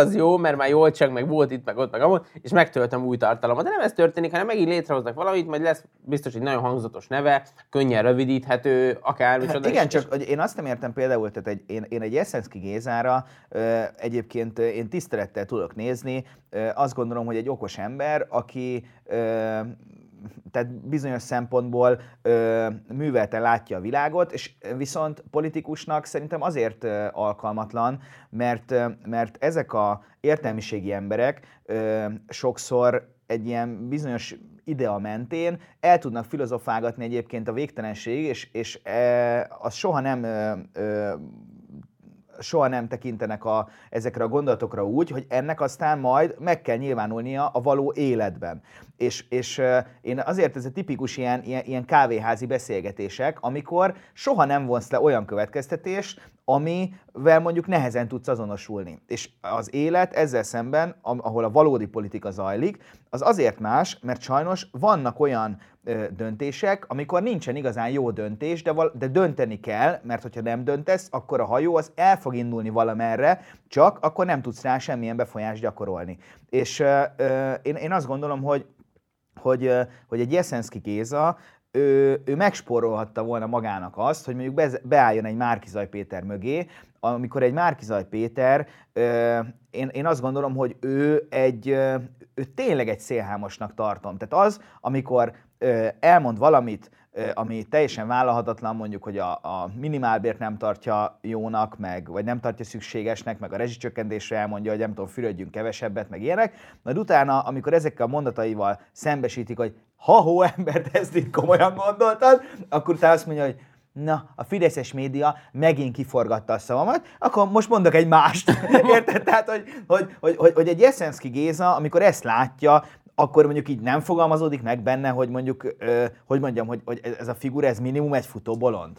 az jó, mert már jól csak meg volt itt, meg ott, meg amott, és megtöltöm új tartalommal. De nem ez történik, hanem megint létrehoznak valamit, majd lesz biztos egy nagyon hangzatos neve, könnyen rövidíthető, akár. Hát igen, csak hogy én azt nem értem például, tehát egy, én, én egy Jeszenszky Gézára ö, egyébként én tisztelettel tudok nézni, ö, azt gondolom, hogy egy okos ember, aki ö, tehát bizonyos szempontból ö, művelten látja a világot, és viszont politikusnak szerintem azért ö, alkalmatlan, mert, ö, mert ezek a értelmiségi emberek ö, sokszor egy ilyen bizonyos idea mentén el tudnak filozofálgatni egyébként a végtelenségig, és, és e, az soha nem ö, ö, soha nem tekintenek a, ezekre a gondolatokra úgy, hogy ennek aztán majd meg kell nyilvánulnia a való életben. És, és én azért ez a tipikus ilyen, ilyen, ilyen kávéházi beszélgetések, amikor soha nem vonsz le olyan következtetést, amivel mondjuk nehezen tudsz azonosulni. És az élet ezzel szemben, ahol a valódi politika zajlik, az azért más, mert sajnos vannak olyan ö, döntések, amikor nincsen igazán jó döntés, de, val- de dönteni kell, mert hogyha nem döntesz, akkor a hajó az el fog indulni valamerre, csak akkor nem tudsz rá semmilyen befolyást gyakorolni. És ö, ö, én, én azt gondolom, hogy, hogy, ö, hogy egy Jeszenszky Géza, Ő, ő megspórolhatta volna magának azt, hogy mondjuk be, beálljon egy Márki-Zay Péter mögé, amikor egy Márki-Zay Péter, ö, én, én azt gondolom, hogy ő egy, ö, ő tényleg egy szélhámosnak tartom. Tehát az, amikor ö, elmond valamit, ö, ami teljesen vállalhatatlan, mondjuk, hogy a, a minimálbért nem tartja jónak, meg, vagy nem tartja szükségesnek, meg a rezsicsökkentésre elmondja, hogy nem tudom, fürödjünk kevesebbet, meg ilyenek, majd utána, amikor ezekkel a mondataival szembesítik, hogy ha-hó embert, ezt itt komolyan gondoltad, akkor utána azt mondja, hogy na, a fideszes média megint kiforgatta a szavamat, akkor most mondok egy mást. Érted? Tehát, hogy, hogy, hogy, hogy, hogy egy Jeszenszky Géza, amikor ezt látja, akkor mondjuk így nem fogalmazódik meg benne, hogy mondjuk, ö, hogy mondjam, hogy, hogy ez a figura, ez minimum egy futóbolond.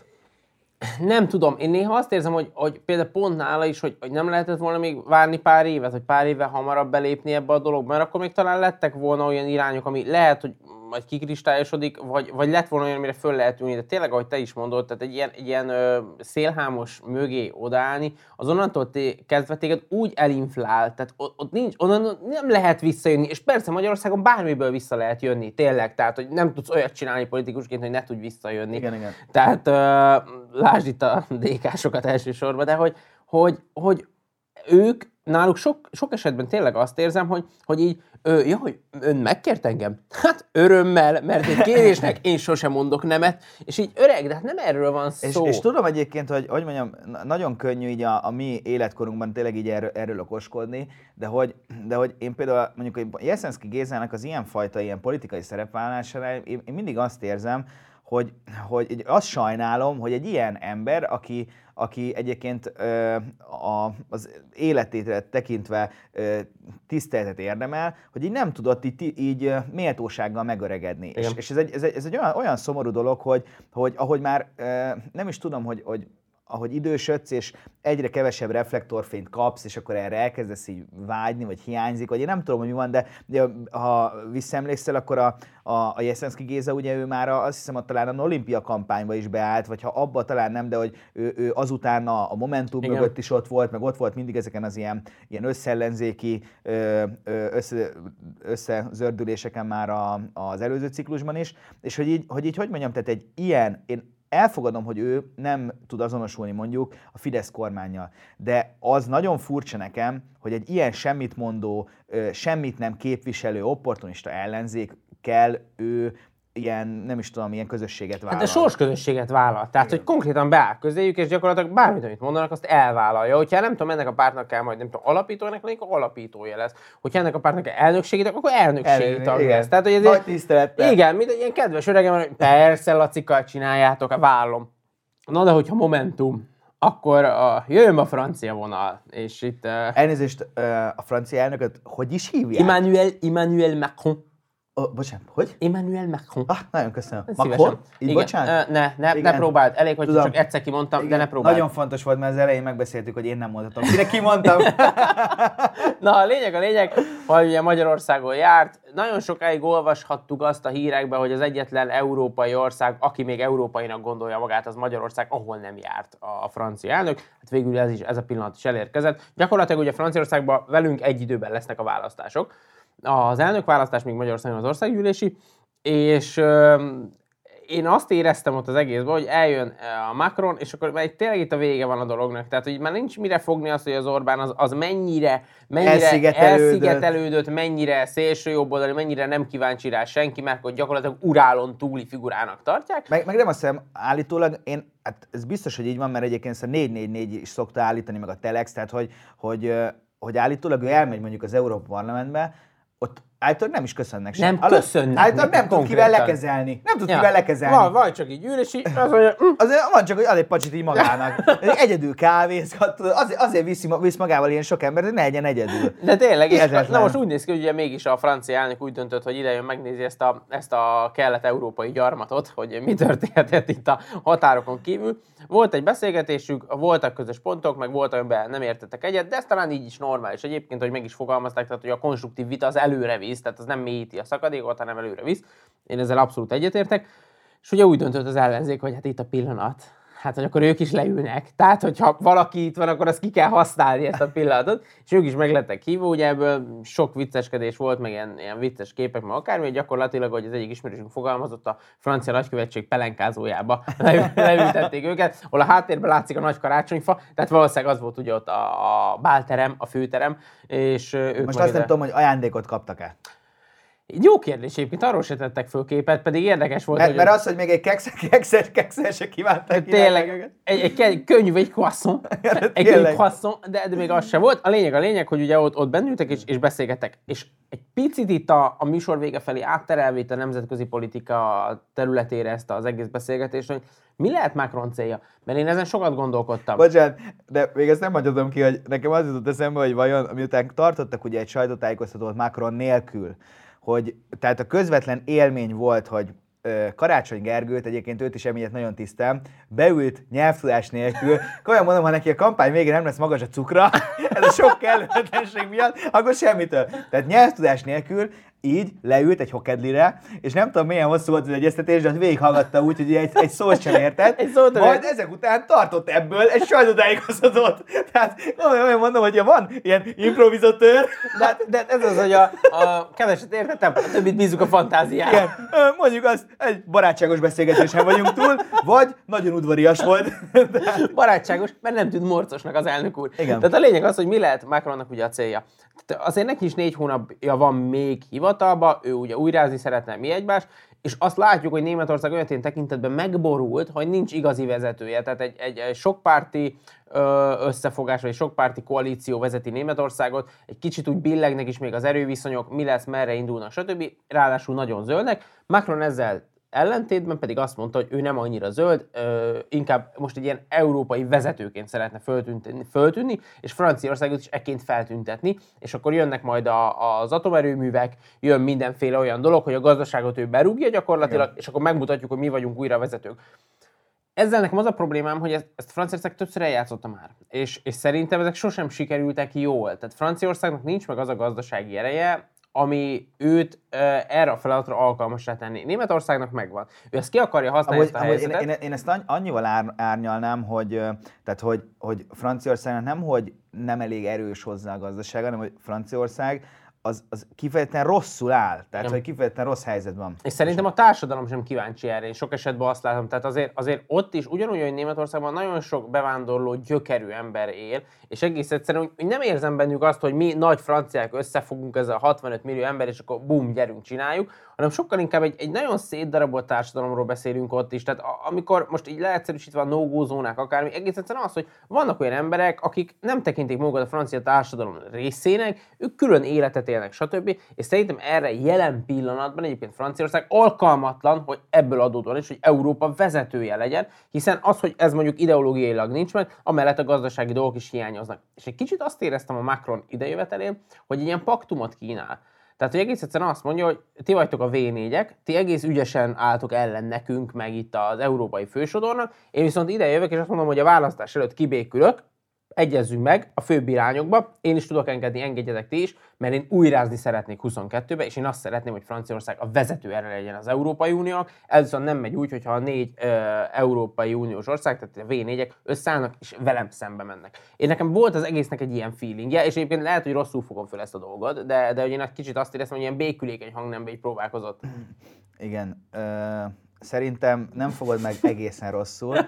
Nem tudom, én néha azt érzem, hogy, hogy például pont nála is, hogy, hogy nem lehetett volna még várni pár évet, hogy pár éve hamarabb belépni ebbe a dologba, mert akkor még talán lettek volna olyan irányok, ami lehet, hogy majd kikristályosodik, vagy, vagy lett volna olyan, amire föl lehet ülni, de tényleg, ahogy te is mondod, tehát egy ilyen, egy ilyen ö, szélhámos mögé odállni, az onnantól té- kezdve téged úgy elinflál, tehát ott, ott nincs, onnan nem lehet visszajönni, és persze Magyarországon bármiből vissza lehet jönni, tényleg, tehát, hogy nem tudsz olyat csinálni politikusként, hogy ne tudj visszajönni. Igen, igen. Tehát ö, lásd itt a dé ká-sokat elsősorban, de hogy, hogy, hogy ők, náluk sok, sok esetben tényleg azt érzem, hogy, hogy így, ö, ja, hogy ön megkért engem? Hát örömmel, mert egy kérésnek én sosem mondok nemet, és így öreg, de hát nem erről van szó. És, és tudom egyébként, hogy, hogy mondjam, nagyon könnyű így a, a mi életkorunkban tényleg így erről, erről okoskodni, de hogy, de hogy én például mondjuk Jeszenszky Gézának az ilyenfajta ilyen politikai szerepvállalására én, én mindig azt érzem, hogy, hogy azt sajnálom, hogy egy ilyen ember, aki, aki egyébként ö, a, az életét tekintve ö, tiszteletet érdemel, hogy így nem tudott így, így méltósággal megöregedni. És, és ez egy, ez egy, ez egy olyan, olyan szomorú dolog, hogy, hogy ahogy már ö, nem is tudom, hogy, hogy ahogy idősödsz, és egyre kevesebb reflektorfényt kapsz, és akkor erre elkezdesz így vágyni, vagy hiányzik, vagy én nem tudom, hogy mi van, de, de ha visszaemlékszel, akkor a, a, a Jeszenszky Géza, ugye ő már a, azt hiszem, hogy talán a Olimpia kampányba is beállt, vagy ha abba talán nem, de hogy ő, ő azután a, a Momentum Igen. mögött is ott volt, meg ott volt mindig ezeken az ilyen, ilyen összellenzéki össze, összezördüléseken már a, az előző ciklusban is, és hogy így, hogy így, hogy mondjam, tehát egy ilyen, én elfogadom, hogy ő nem tud azonosulni mondjuk a Fidesz kormánnyal, de az nagyon furcsa nekem, hogy egy ilyen semmit mondó, semmit nem képviselő, opportunista ellenzék kell ő ilyen, nem is tudom, ilyen közösséget vállal. Hát a sors közösséget vállal. Tehát, Igen. hogy konkrétan beáll közéjük, és gyakorlatilag bármit, amit mondanak, azt elvállalja. Hogyha nem tudom, ennek a pártnak kell majd, nem tudom, alapítónak lenni, akkor alapítója lesz. Hogyha ennek a pártnak kell elnökségi, akkor elnökségi tag lesz. Tehát, hogy ezért, nagy tisztelettel. Igen, mint egy ilyen kedves öregem, hogy persze, Lacika, csináljátok, vállom. Na, de hogyha Momentum, akkor a, jöjjön a francia vonal, és itt... Uh, Elnézést, uh, a francia elnököt hogy is hívják? Emmanuel, Emmanuel Macron. Oh, bocsánat, hogy? Emmanuel Macron. Ah, nagyon köszönöm. Szívesen. Macron? Így Igen. bocsánat? Ö, Ne, ne, ne Igen. próbáld. Elég, hogy Tudom. csak egyszer kimondtam, Igen. de ne próbáld. Nagyon fontos volt, mert az elején megbeszéltük, hogy én nem mondhatom. Kire kimondtam? Na, a lényeg a lényeg, hogy ugye Magyarországon járt. Nagyon sokáig olvashattuk azt a hírekben, hogy az egyetlen európai ország, aki még európainak gondolja magát, az Magyarország, ahol nem járt a francia elnök. Hát végül ez is, ez a pillanat is elérkezett. Gyakorlatilag ugye Franciaországban velünk egy időben lesznek a választások. Az elnökválasztás még Magyarországon az országgyűlési, és ö, én azt éreztem ott az egészben, hogy eljön a Macron, és akkor már tényleg itt a vége van a dolognak. Tehát, hogy már nincs mire fogni azt, hogy az Orbán az, az mennyire, mennyire Elszigetelődött. elszigetelődött, mennyire szélsőjobboldali, mennyire nem kíváncsi rá senki, mert hogy gyakorlatilag urálon túli figurának tartják. Meg, meg nem azt hiszem, állítólag én, hát ez biztos, hogy így van, mert egyébként ezt a négy négy négy is szokta állítani, meg a Telex, tehát hogy, hogy, hogy állítólag ő elmegy mondjuk az Európa Parlamentbe, ott állítólag nem is köszönnek sem. Nem köszönnek Állítólag nem tud kivel konkrétan. lekezelni. Nem tud Ja. kivel lekezelni. Van, van csak így ülési, az mondja, hm, Azért van csak, hogy ad egy pacsit így magának. Egyedül kávézgat, azért, azért viszi, visz magával ilyen sok embert, hogy ne legyen egyedül. de tényleg, és, Hihetetlen. na most úgy néz ki, hogy ugye mégis a francia elnök úgy döntött, hogy idejön megnézi ezt a, ezt a kelet-európai gyarmatot, hogy mi történhetett itt a határokon kívül. Volt egy beszélgetésük, voltak közös pontok, meg volt, amiben nem értettek egyet, de ez talán így is normális egyébként, hogy meg is fogalmazták, tehát hogy a konstruktív vita az előre visz, tehát az nem mélyíti a szakadékot, hanem előre visz. Én ezzel abszolút egyetértek. És ugye úgy döntött az ellenzék, hogy hát itt a pillanat, hát hogy akkor ők is leülnek. Tehát, hogyha valaki itt van, akkor azt ki kell használni ezt a pillanatot. És ők is meglettek hívva, ugye ebből sok vicceskedés volt, meg ilyen, ilyen vicces képek, meg akármi, gyakorlatilag, hogy az egyik ismerősünk fogalmazott, a francia nagykövetség pelenkázójába leültették őket, ahol a háttérben látszik a nagy karácsonyfa, tehát valószínűleg az volt ugye ott a, a bálterem, a főterem, és ők Most meg azt nem ide- tudom, hogy ajándékot kaptak-e. Jó kérdés egyébként, arról se tettek föl képet, pedig érdekes volt, Mert, hogy... mert az, hogy még egy kekszer, kekszer, kekszer se kívánták ki Tényleg, őket. egy, egy, egy könyv, egy croissant, egy könyv Tényleg. croissant, de, de még az sem volt. A lényeg a lényeg, hogy ugye ott, ott bennültek és, és beszélgettek. És egy picit itt a, a műsor vége felé átterelve itt a nemzetközi politika területére ezt az egész beszélgetést, hogy mi lehet Macron célja? Mert én ezen sokat gondolkodtam. Bocsánat, de még ezt nem hagyhatom ki, hogy nekem az jutott eszembe, hogy vajon, miután tartottak ugye egy sajtótájékoztatót Macron nélkül, hogy tehát a közvetlen élmény volt, hogy ö, Karácsony Gergőt, egyébként őt is emiatt nagyon tisztem, beült nyelvtudás nélkül, komolyan mondom, ha neki a kampány végén nem lesz magas a cukra, ez a sok kellemetlenség miatt, akkor semmitől. Tehát nyelvtudás nélkül így leült egy hokedlire, és nem tudom milyen hosszú volt az egyeztetés, de végighallgatta úgy, hogy egy, egy szót sem értett, Egy szót sem majd értett. ezek után tartott ebből egy sajtótájékoztatót. Tehát olyan mondom, hogy ja, van ilyen improvizatőr, De, de ez az, hogy a, a keveset értettem, a többit bízunk a fantáziára. igen, ö, mondjuk azt, egy barátságos beszélgetésen vagyunk túl, vagy nagyon udvarias volt. Barátságos, mert nem tűnt morcosnak az elnök úr. Igen. Tehát a lényeg az, hogy mi lehet Macronnak ugye a célja. Tehát azért neki is négy hónapja van még hivatalba, ő ugye újrázni szeretne, mi egymás, és azt látjuk, hogy Németország olyan tény tekintetben megborult, hogy nincs igazi vezetője. Tehát egy, egy, egy sokpárti ö, összefogás, vagy egy sokpárti koalíció vezeti Németországot, egy kicsit úgy billegnek is még az erőviszonyok, mi lesz, merre indulnak, stb. Ráadásul nagyon zöldnek. Macron ezzel ellentétben pedig azt mondta, hogy ő nem annyira zöld, ö, inkább most egy ilyen európai vezetőként szeretne föltűnni, föltűnni és Franciaországot is ekként feltüntetni, és akkor jönnek majd a, az atomerőművek, jön mindenféle olyan dolog, hogy a gazdaságot ő berúgja gyakorlatilag, igen. És akkor megmutatjuk, hogy mi vagyunk újra vezetők. Ezzel nekem az a problémám, hogy ezt, ezt Franciaország többször eljátszotta már, és, és szerintem ezek sosem sikerültek jól. Tehát Franciaországnak nincs meg az a gazdasági ereje, ami őt uh, erre a feladatra alkalmassá tenni. Németországnak megvan. Ő ezt ki akarja használni, Amúgy, ezt a amúgy helyzetet. én, én, én ezt annyival ár, árnyalnám, hogy, ö, tehát, hogy, hogy Franciaországnak nem, hogy nem elég erős hozzá a gazdaság, hanem hogy Franciaország az, az kifejezetten rosszul áll. Tehát, Nem. hogy kifejezetten rossz helyzetben van. És szerintem a társadalom sem kíváncsi erre. Én sok esetben azt látom. Tehát azért, azért ott is, ugyanúgy, hogy Németországban nagyon sok bevándorló, gyökerű ember él, és egész egyszerűen úgy nem érzem bennük azt, hogy mi nagy franciák összefogunk ezzel a hatvanöt millió ember, és akkor bum, gyerünk, csináljuk, hanem sokkal inkább egy, egy nagyon szétdarabolt társadalomról beszélünk ott is. Tehát a, amikor most így leegyszerűsítve a no-go zónák, akármi, egész egyszerűen az, hogy vannak olyan emberek, akik nem tekintik magukat a francia társadalom részének, ők külön életet élnek, stb. És szerintem erre jelen pillanatban egyébként Franciaország alkalmatlan, hogy ebből adódóan is, hogy Európa vezetője legyen, hiszen az, hogy ez mondjuk ideológiailag nincs meg, amellett a gazdasági dolgok is hiányoznak. És egy kicsit azt éreztem a Macron idejövetelén, hogy egy ilyen paktumot kínál. Tehát, hogy egész egyszerűen azt mondja, hogy ti vagytok a vé négyek, ti egész ügyesen álltok ellen nekünk, meg itt az európai fősodornak, én viszont ide jövök, és azt mondom, hogy a választás előtt kibékülök, egyezzünk meg a főbb irányokba, én is tudok engedni, engedjetek ti is, mert én újrázni szeretnék huszonkettőbe, és én azt szeretném, hogy Franciaország a vezető erre legyen az Európai Uniónak. Ez viszont nem megy úgy, hogyha a négy ö, Európai Uniós ország, tehát a vé négyek összeállnak, és velem szembe mennek. Én nekem volt az egésznek egy ilyen feelingje, és egyébként lehet, hogy rosszul fogom föl ezt a dolgot, de, de hogy én egy kicsit azt éreztem, hogy ilyen békülékeny hangnembe így próbálkozott. Igen. Ö, szerintem nem fogod meg egészen rosszul.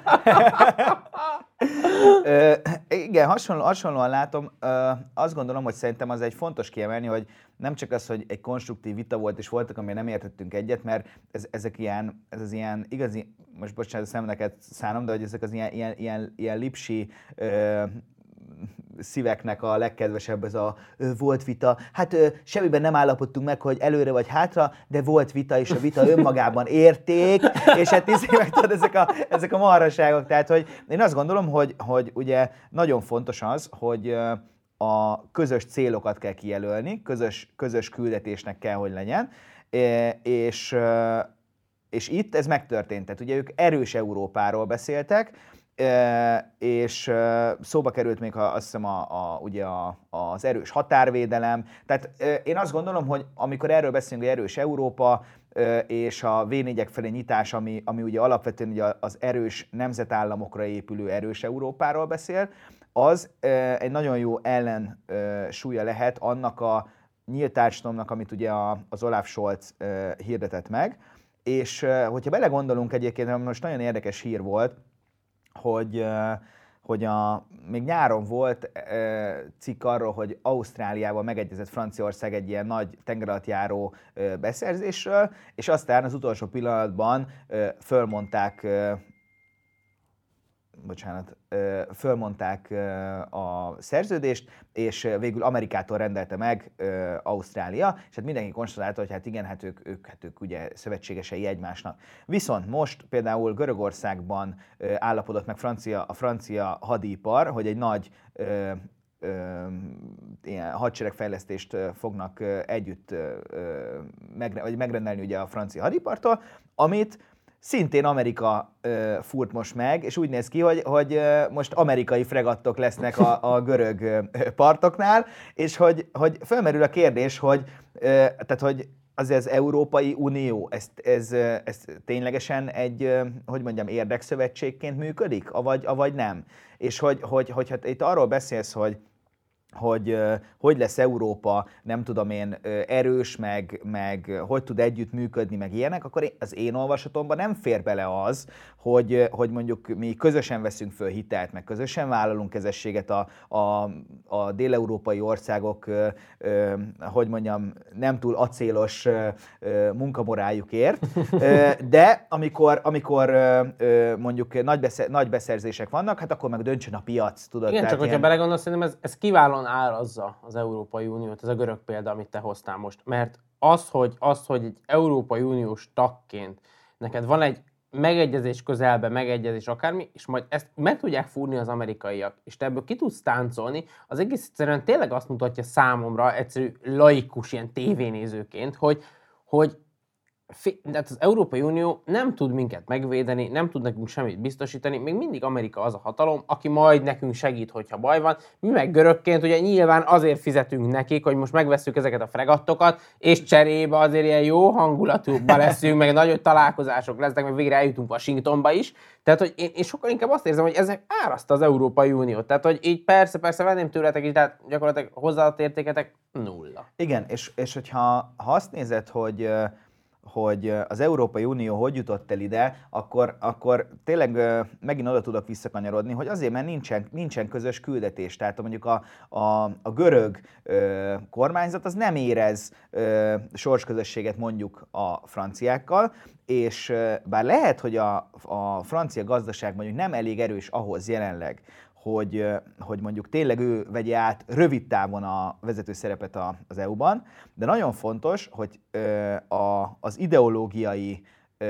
Ö, igen, hasonló, hasonlóan látom. Ö, azt gondolom, hogy szerintem az egy fontos kiemelni, hogy nem csak az, hogy egy konstruktív vita volt, és voltak, amire nem értettünk egyet, mert ez, ezek ilyen, ez az ilyen igazi, most bocsánat, a szemeket szánom, de hogy ezek az ilyen, ilyen, ilyen, ilyen lipsi ö, szíveknek a legkedvesebb ez a ö, volt vita. Hát ö, semmiben nem állapodtunk meg, hogy előre vagy hátra, de volt vita, és a vita önmagában érték, és hát tíz évek tudod, ezek a, ezek a marhaságok. Tehát, hogy én azt gondolom, hogy, hogy ugye nagyon fontos az, hogy ö, a közös célokat kell kijelölni, közös, közös küldetésnek kell, hogy legyen, és, és itt ez megtörtént. Tehát ugye ők erős Európáról beszéltek, és szóba került még azt hiszem a, a, ugye a, az erős határvédelem. Tehát én azt gondolom, hogy amikor erről beszélünk, hogy erős Európa, és a vé négyek felé nyitás, ami, ami ugye alapvetően ugye az erős nemzetállamokra épülő erős Európáról beszél, az egy nagyon jó ellensúlya lehet annak a nyílt társadalomnak, amit ugye az Olaf Scholz hirdetett meg. És hogyha belegondolunk egyébként, most nagyon érdekes hír volt, hogy, hogy a, még nyáron volt cikk arról, hogy Ausztráliával megegyezett Franciaország egy ilyen nagy tengeralattjáró beszerzésről, és aztán az utolsó pillanatban fölmondták bocsánat, fölmondták a szerződést, és végül Amerikától rendelte meg Ausztrália, és hát mindenki konstatálta, hogy hát igen, hát ők, ők, hát ők ugye szövetségesei egymásnak. Viszont most például Görögországban állapodott meg francia, a francia hadipar, hogy egy nagy ö, ö, ilyen hadseregfejlesztést fognak együtt ö, megre, vagy megrendelni ugye a francia hadipartól, amit szintén Amerika ö, fúrt most meg, és úgy néz ki, hogy, hogy ö, most amerikai fregattok lesznek a, a görög ö, partoknál, és hogy, hogy felmerül a kérdés, hogy, ö, tehát, hogy azért az Európai Unió, ez, ez, ez ténylegesen egy, ö, hogy mondjam, érdekszövetségként működik, avagy, avagy nem? És hogy, hogy, hogy hát itt arról beszélsz, hogy hogy hogy lesz Európa, nem tudom én, erős, meg, meg hogy tud együtt működni, meg ilyenek, akkor az én olvasatomban nem fér bele az, hogy, hogy mondjuk mi közösen veszünk föl hitelt, meg közösen vállalunk kezességet a, a, a dél-európai országok, hogy mondjam, nem túl acélos munkamorájukért, de amikor, amikor mondjuk nagy, besze, nagy beszerzések vannak, hát akkor meg döntsön a piac, tudod? Igen, Tehát csak ilyen... hogyha belegondolsz, szerintem ez, ez kiválóan árazza az Európai Uniót, ez a görög példa, amit te hoztál most. Mert az, hogy, az, hogy egy Európai Uniós tagként neked van egy megegyezés közelbe, megegyezés akármi, és majd ezt meg tudják fúrni az amerikaiak, és te ebből ki tudsz táncolni, az egész egyszerűen tényleg azt mutatja számomra, egyszerű laikus ilyen tévénézőként, hogy, hogy de az Európai Unió nem tud minket megvédeni, nem tud nekünk semmit biztosítani, még mindig Amerika az a hatalom, aki majd nekünk segít, hogyha baj van. Mi meg görögként ugye nyilván azért fizetünk nekik, hogy most megvesszük ezeket a fregattokat, és cserébe azért ilyen jó hangulatúban leszünk, meg nagy találkozások lesznek, meg végre eljutunk Washingtonba is. Tehát, hogy én, én sokkal inkább azt érzem, hogy ezek áraszta az Európai Uniót. Tehát, hogy így persze, persze venném tőletek is, tehát gyakorlatilag hozzáadott értéketek nulla. Igen, és, és hogyha ha azt nézed, hogy hogy az Európai Unió hogy jutott el ide, akkor, akkor tényleg megint oda tudok visszakanyarodni, hogy azért, mert nincsen, nincsen közös küldetés. Tehát mondjuk a, a, a görög ö, kormányzat az nem érez ö, sorsközösséget mondjuk a franciákkal, és bár lehet, hogy a, a francia gazdaság mondjuk nem elég erős ahhoz jelenleg, hogy, hogy mondjuk tényleg ő vegye át rövid távon a vezető szerepet az é u-ban, de nagyon fontos, hogy a, az ideológiai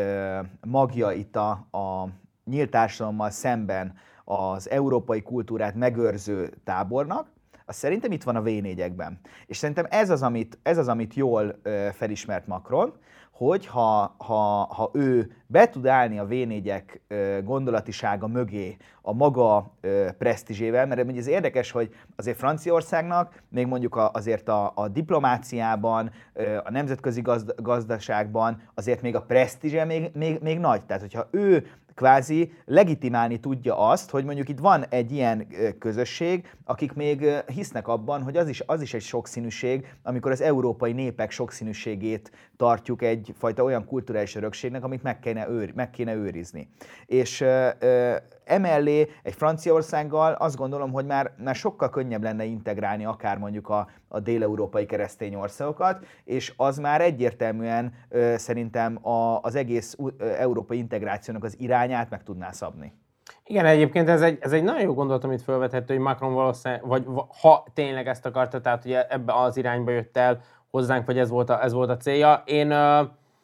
magja itt a, a nyílt társadalommal szemben az európai kultúrát megőrző tábornak, az szerintem itt van a vé négyekben. És szerintem ez az, amit, ez az, amit jól ö, felismert Macron, hogy ha, ha, ha ő be tud állni a vé négyek ö, gondolatisága mögé a maga ö, presztízsével, mert ugye ez érdekes, hogy azért Franciaországnak még mondjuk a, azért a, a diplomáciában, ö, a nemzetközi gazd, gazdaságban azért még a presztízse még, még, még nagy. Tehát, hogyha ő kvázi legitimálni tudja azt, hogy mondjuk itt van egy ilyen közösség, akik még hisznek abban, hogy az is, az is egy sokszínűség, amikor az európai népek sokszínűségét tartjuk egyfajta olyan kulturális örökségnek, amit meg kéne, őr, meg kéne őrizni. És ö, ö, emellé egy Franciaországgal azt gondolom, hogy már, már sokkal könnyebb lenne integrálni akár mondjuk a, a dél-európai keresztény országokat, és az már egyértelműen ö, szerintem a, az egész ö, európai integrációnak az irányát meg tudná szabni. Igen, egyébként ez egy, ez egy nagyon jó gondolat, amit felvethető, hogy Macron valószínűleg, vagy ha tényleg ezt akarta, tehát ugye ebbe az irányba jött el hozzánk, vagy ez volt a, ez volt a célja. Én, uh,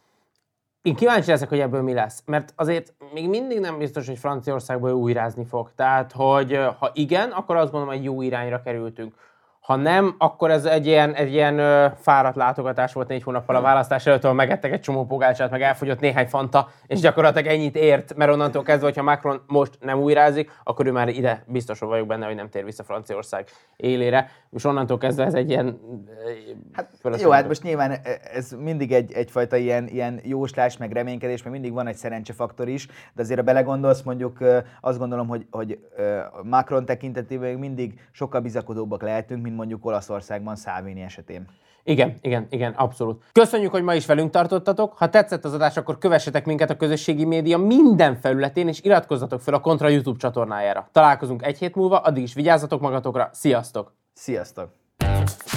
én kíváncsi leszek, hogy ebből mi lesz, mert azért még mindig nem biztos, hogy Franciaországból újrázni fog. Tehát, hogy ha igen, akkor azt gondolom, hogy jó irányra kerültünk. Ha nem, akkor ez egy ilyen, egy ilyen ö, fáradt látogatás volt négy hónappal a választás előtt, ahol megettek egy csomó pogácsát, meg elfogyott néhány fanta, és gyakorlatilag ennyit ért, mert onnantól kezdve, hogyha Macron most nem újrázik, akkor ő már ide biztos vagyok benne, hogy nem tér vissza Franciaország élére, és onnantól kezdve ez egy ilyen... Hát, jó, hát most nyilván ez mindig egy, egyfajta ilyen, ilyen jóslás, meg reménykedés, meg mindig van egy szerencsefaktor is, de azért ha belegondolsz, mondjuk azt gondolom, hogy, hogy Macron tekintetében még mindig sokkal bizakodóbbak lehetünk, mint mondjuk Olaszországban Salvini esetén. Igen, igen, igen, abszolút. Köszönjük, hogy ma is velünk tartottatok. Ha tetszett az adás, akkor kövessetek minket a közösségi média minden felületén, és iratkozzatok fel a Kontra YouTube csatornájára. Találkozunk egy hét múlva, addig is vigyázzatok magatokra. Sziasztok! Sziasztok!